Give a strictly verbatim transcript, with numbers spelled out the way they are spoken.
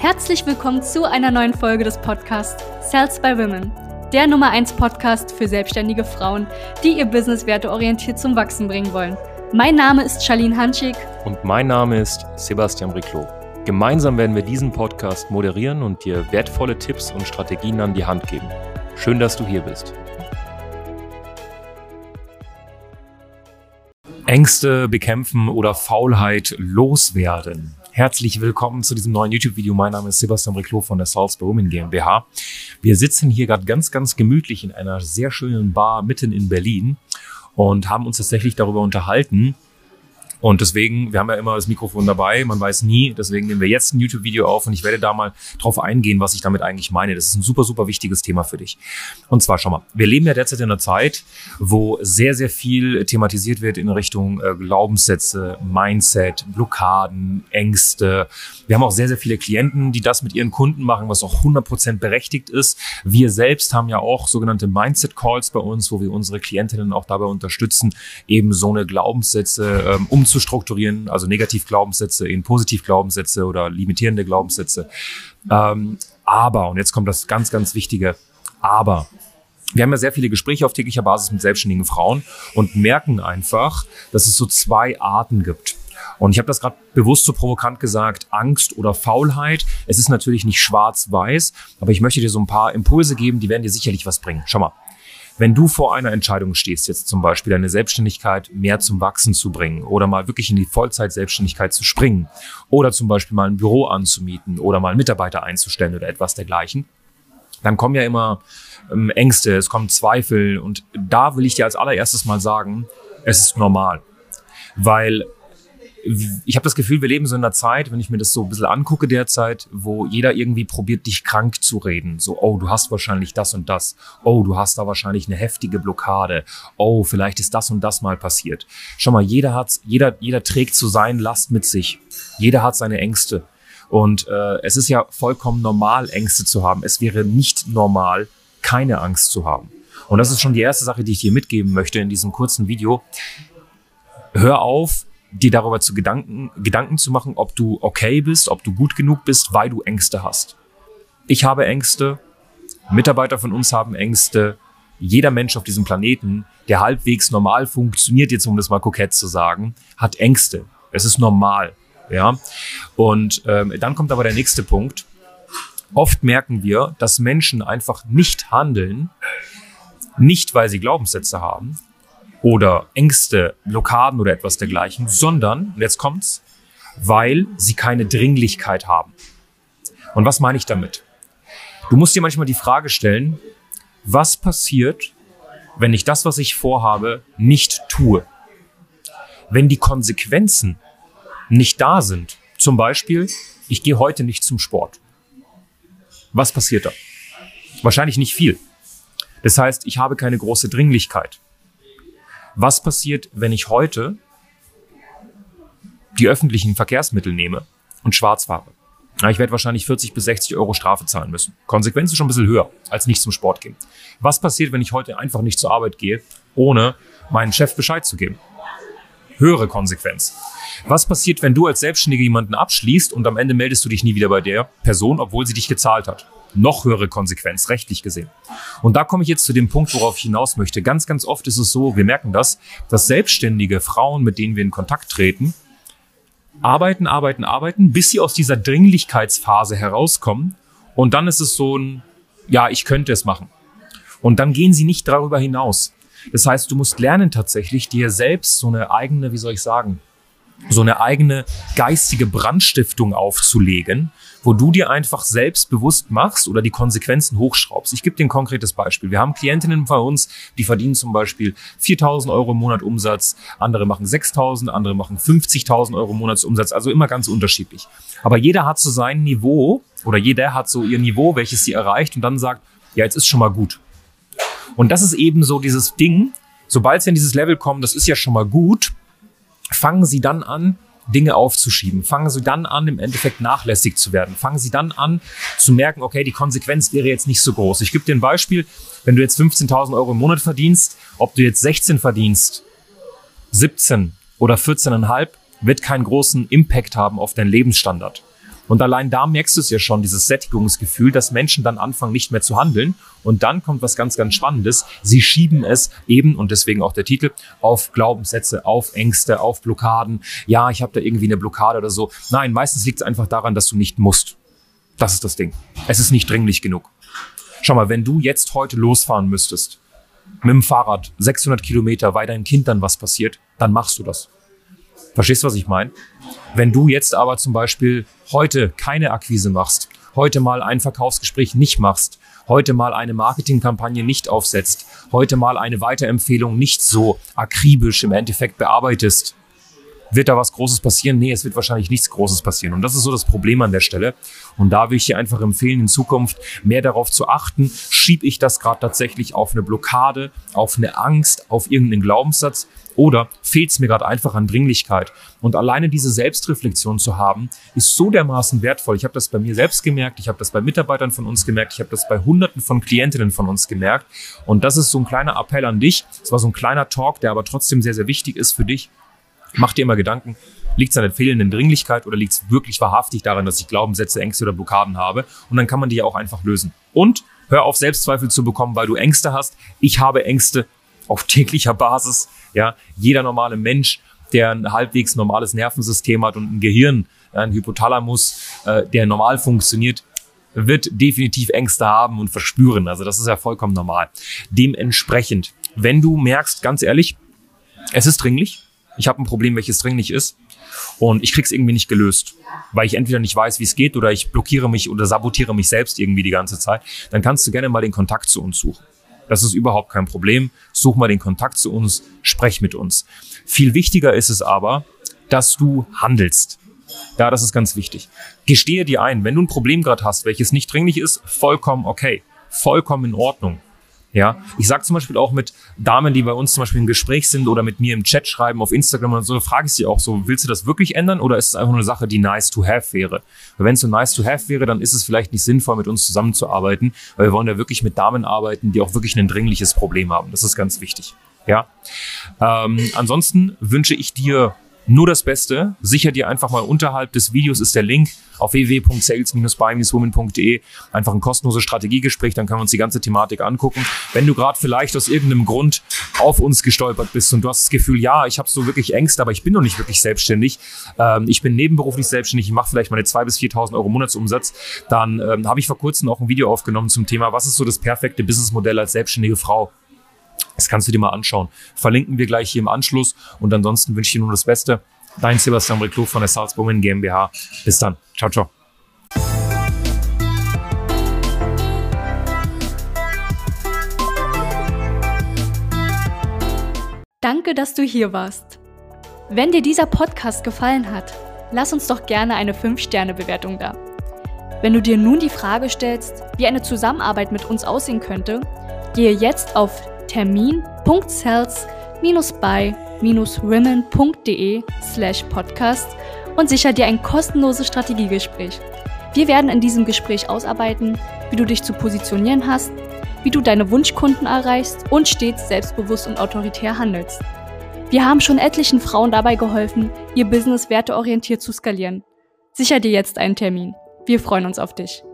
Herzlich willkommen zu einer neuen Folge des Podcasts Sales by Women, der Nummer eins Podcast für selbstständige Frauen, die ihr Business werteorientiert zum Wachsen bringen wollen. Mein Name ist Charlene Hanschig. Und mein Name ist Sebastian Briclot. Gemeinsam werden wir diesen Podcast moderieren und dir wertvolle Tipps und Strategien an die Hand geben. Schön, dass du hier bist. Ängste bekämpfen oder Faulheit loswerden. Herzlich willkommen zu diesem neuen YouTube-Video. Mein Name ist Sebastian Briclot von der Sales by Women GmbH. Wir sitzen hier gerade ganz, ganz gemütlich in einer sehr schönen Bar mitten in Berlin und haben uns tatsächlich darüber unterhalten. Und deswegen, wir haben ja immer das Mikrofon dabei, man weiß nie, deswegen nehmen wir jetzt ein YouTube-Video auf und ich werde da mal drauf eingehen, was ich damit eigentlich meine. Das ist ein super, super wichtiges Thema für dich. Und zwar, schau mal, wir leben ja derzeit in einer Zeit, wo sehr, sehr viel thematisiert wird in Richtung äh, Glaubenssätze, Mindset, Blockaden, Ängste. Wir haben auch sehr, sehr viele Klienten, die das mit ihren Kunden machen, was auch hundert Prozent berechtigt ist. Wir selbst haben ja auch sogenannte Mindset-Calls bei uns, wo wir unsere Klientinnen auch dabei unterstützen, eben so eine Glaubenssätze ähm, umzusetzen, zu strukturieren, also Negativglaubenssätze in Positivglaubenssätze oder limitierende Glaubenssätze. Ähm, aber, und jetzt kommt das ganz, ganz Wichtige, aber. Wir haben ja sehr viele Gespräche auf täglicher Basis mit selbstständigen Frauen und merken einfach, dass es so zwei Arten gibt. Und ich habe das gerade bewusst so provokant gesagt, Angst oder Faulheit. Es ist natürlich nicht schwarz-weiß, aber ich möchte dir so ein paar Impulse geben, die werden dir sicherlich was bringen. Schau mal. Wenn du vor einer Entscheidung stehst, jetzt zum Beispiel deine Selbstständigkeit mehr zum Wachsen zu bringen oder mal wirklich in die Vollzeit-Selbstständigkeit zu springen oder zum Beispiel mal ein Büro anzumieten oder mal Mitarbeiter einzustellen oder etwas dergleichen, dann kommen ja immer ähm, Ängste, es kommen Zweifel und da will ich dir als allererstes mal sagen, es ist normal, weil ich habe das Gefühl, wir leben so in einer Zeit, wenn ich mir das so ein bisschen angucke derzeit, wo jeder irgendwie probiert, dich krank zu reden. So, oh, du hast wahrscheinlich das und das. Oh, du hast da wahrscheinlich eine heftige Blockade. Oh, vielleicht ist das und das mal passiert. Schau mal, jeder hat's, jeder, jeder trägt so seinen Last mit sich. Jeder hat seine Ängste. Und äh, es ist ja vollkommen normal, Ängste zu haben. Es wäre nicht normal, keine Angst zu haben. Und das ist schon die erste Sache, die ich dir mitgeben möchte in diesem kurzen Video. Hör auf, dir darüber zu Gedanken, Gedanken zu machen, ob du okay bist, ob du gut genug bist, weil du Ängste hast. Ich habe Ängste, Mitarbeiter von uns haben Ängste, jeder Mensch auf diesem Planeten, der halbwegs normal funktioniert, jetzt um das mal kokett zu sagen, hat Ängste. Es ist normal, ja. Und ähm, dann kommt aber der nächste Punkt. Oft merken wir, dass Menschen einfach nicht handeln, nicht weil sie Glaubenssätze haben, oder Ängste, Blockaden oder etwas dergleichen, sondern, und jetzt kommt's, weil sie keine Dringlichkeit haben. Und was meine ich damit? Du musst dir manchmal die Frage stellen, was passiert, wenn ich das, was ich vorhabe, nicht tue? Wenn die Konsequenzen nicht da sind, zum Beispiel, ich gehe heute nicht zum Sport. Was passiert da? Wahrscheinlich nicht viel. Das heißt, ich habe keine große Dringlichkeit. Was passiert, wenn ich heute die öffentlichen Verkehrsmittel nehme und schwarz fahre? Na, ich werde wahrscheinlich vierzig bis sechzig Euro Strafe zahlen müssen. Konsequenz ist schon ein bisschen höher, als nicht zum Sport gehen. Was passiert, wenn ich heute einfach nicht zur Arbeit gehe, ohne meinen Chef Bescheid zu geben? Höhere Konsequenz. Was passiert, wenn du als Selbstständige jemanden abschließt und am Ende meldest du dich nie wieder bei der Person, obwohl sie dich gezahlt hat? Noch höhere Konsequenz, rechtlich gesehen. Und da komme ich jetzt zu dem Punkt, worauf ich hinaus möchte. Ganz, ganz oft ist es so, wir merken das, dass selbstständige Frauen, mit denen wir in Kontakt treten, arbeiten, arbeiten, arbeiten, bis sie aus dieser Dringlichkeitsphase herauskommen. Und dann ist es so ein, ja, ich könnte es machen. Und dann gehen sie nicht darüber hinaus. Das heißt, du musst lernen tatsächlich, dir selbst so eine eigene, wie soll ich sagen, so eine eigene geistige Brandstiftung aufzulegen, wo du dir einfach selbst bewusst machst oder die Konsequenzen hochschraubst. Ich gebe dir ein konkretes Beispiel. Wir haben Klientinnen bei uns, die verdienen zum Beispiel viertausend Euro im Monat Umsatz, andere machen sechstausend, andere machen fünfzigtausend Euro im Monatsumsatz, also immer ganz unterschiedlich. Aber jeder hat so sein Niveau oder jeder hat so ihr Niveau, welches sie erreicht und dann sagt, ja, jetzt ist schon mal gut. Und das ist eben so dieses Ding, sobald sie in dieses Level kommen, das ist ja schon mal gut, fangen sie dann an, Dinge aufzuschieben. Fangen sie dann an, im Endeffekt nachlässig zu werden. Fangen sie dann an, zu merken, okay, die Konsequenz wäre jetzt nicht so groß. Ich gebe dir ein Beispiel. Wenn du jetzt fünfzehntausend Euro im Monat verdienst, ob du jetzt sechzehn verdienst, siebzehn oder vierzehn Komma fünf, wird keinen großen Impact haben auf deinen Lebensstandard. Und allein da merkst du es ja schon, dieses Sättigungsgefühl, dass Menschen dann anfangen, nicht mehr zu handeln. Und dann kommt was ganz, ganz Spannendes. Sie schieben es eben, und deswegen auch der Titel, auf Glaubenssätze, auf Ängste, auf Blockaden. Ja, ich habe da irgendwie eine Blockade oder so. Nein, meistens liegt es einfach daran, dass du nicht musst. Das ist das Ding. Es ist nicht dringlich genug. Schau mal, wenn du jetzt heute losfahren müsstest, mit dem Fahrrad sechshundert Kilometer, weil deinem Kind dann was passiert, dann machst du das. Verstehst du, was ich meine? Wenn du jetzt aber zum Beispiel heute keine Akquise machst, heute mal ein Verkaufsgespräch nicht machst, heute mal eine Marketingkampagne nicht aufsetzt, heute mal eine Weiterempfehlung nicht so akribisch im Endeffekt bearbeitest, wird da was Großes passieren? Nee, es wird wahrscheinlich nichts Großes passieren. Und das ist so das Problem an der Stelle. Und da will ich dir einfach empfehlen, in Zukunft mehr darauf zu achten, schiebe ich das gerade tatsächlich auf eine Blockade, auf eine Angst, auf irgendeinen Glaubenssatz oder fehlt es mir gerade einfach an Dringlichkeit? Und alleine diese Selbstreflexion zu haben, ist so dermaßen wertvoll. Ich habe das bei mir selbst gemerkt, ich habe das bei Mitarbeitern von uns gemerkt, ich habe das bei Hunderten von Klientinnen von uns gemerkt. Und das ist so ein kleiner Appell an dich. Es war so ein kleiner Talk, der aber trotzdem sehr, sehr wichtig ist für dich. Mach dir immer Gedanken, liegt es an der fehlenden Dringlichkeit oder liegt es wirklich wahrhaftig daran, dass ich Glaubenssätze, Ängste oder Blockaden habe? Und dann kann man die ja auch einfach lösen. Und hör auf, Selbstzweifel zu bekommen, weil du Ängste hast. Ich habe Ängste auf täglicher Basis. Ja, jeder normale Mensch, der ein halbwegs normales Nervensystem hat und ein Gehirn, ein Hypothalamus, äh, der normal funktioniert, wird definitiv Ängste haben und verspüren. Also das ist ja vollkommen normal. Dementsprechend, wenn du merkst, ganz ehrlich, es ist dringlich, ich habe ein Problem, welches dringlich ist und ich krieg's irgendwie nicht gelöst, weil ich entweder nicht weiß, wie es geht oder ich blockiere mich oder sabotiere mich selbst irgendwie die ganze Zeit, dann kannst du gerne mal den Kontakt zu uns suchen. Das ist überhaupt kein Problem. Such mal den Kontakt zu uns, sprech mit uns. Viel wichtiger ist es aber, dass du handelst. Ja, das ist ganz wichtig. Gestehe dir ein, wenn du ein Problem gerade hast, welches nicht dringlich ist, vollkommen okay, vollkommen in Ordnung. Ja, ich sage zum Beispiel auch mit Damen, die bei uns zum Beispiel im Gespräch sind oder mit mir im Chat schreiben auf Instagram und so, frage ich sie auch so, willst du das wirklich ändern oder ist es einfach nur eine Sache, die nice to have wäre? Weil wenn es so nice to have wäre, dann ist es vielleicht nicht sinnvoll, mit uns zusammenzuarbeiten, weil wir wollen ja wirklich mit Damen arbeiten, die auch wirklich ein dringliches Problem haben. Das ist ganz wichtig. Ja, ähm, ansonsten wünsche ich dir nur das Beste. Sicher dir einfach mal unterhalb des Videos ist der Link auf w w w punkt sales dash by dash women punkt d e. Einfach ein kostenloses Strategiegespräch, dann können wir uns die ganze Thematik angucken. Wenn du gerade vielleicht aus irgendeinem Grund auf uns gestolpert bist und du hast das Gefühl, ja, ich habe so wirklich Ängste, aber ich bin noch nicht wirklich selbstständig. Ähm, ich bin nebenberuflich selbstständig, ich mache vielleicht meine zweitausend bis viertausend Euro Monatsumsatz. Dann ähm, habe ich vor kurzem auch ein Video aufgenommen zum Thema, was ist so das perfekte Businessmodell als selbstständige Frau? Das kannst du dir mal anschauen. Verlinken wir gleich hier im Anschluss. Und ansonsten wünsche ich dir nur das Beste. Dein Sebastian Reclou von der Sales by Women GmbH. Bis dann. Ciao, ciao. Danke, dass du hier warst. Wenn dir dieser Podcast gefallen hat, lass uns doch gerne eine fünf Sterne Bewertung da. Wenn du dir nun die Frage stellst, wie eine Zusammenarbeit mit uns aussehen könnte, gehe jetzt auf termin punkt sales dash by dash women punkt de slash podcast und sicher dir ein kostenloses Strategiegespräch. Wir werden in diesem Gespräch ausarbeiten, wie du dich zu positionieren hast, wie du deine Wunschkunden erreichst und stets selbstbewusst und autoritär handelst. Wir haben schon etlichen Frauen dabei geholfen, ihr Business werteorientiert zu skalieren. Sicher dir jetzt einen Termin. Wir freuen uns auf dich.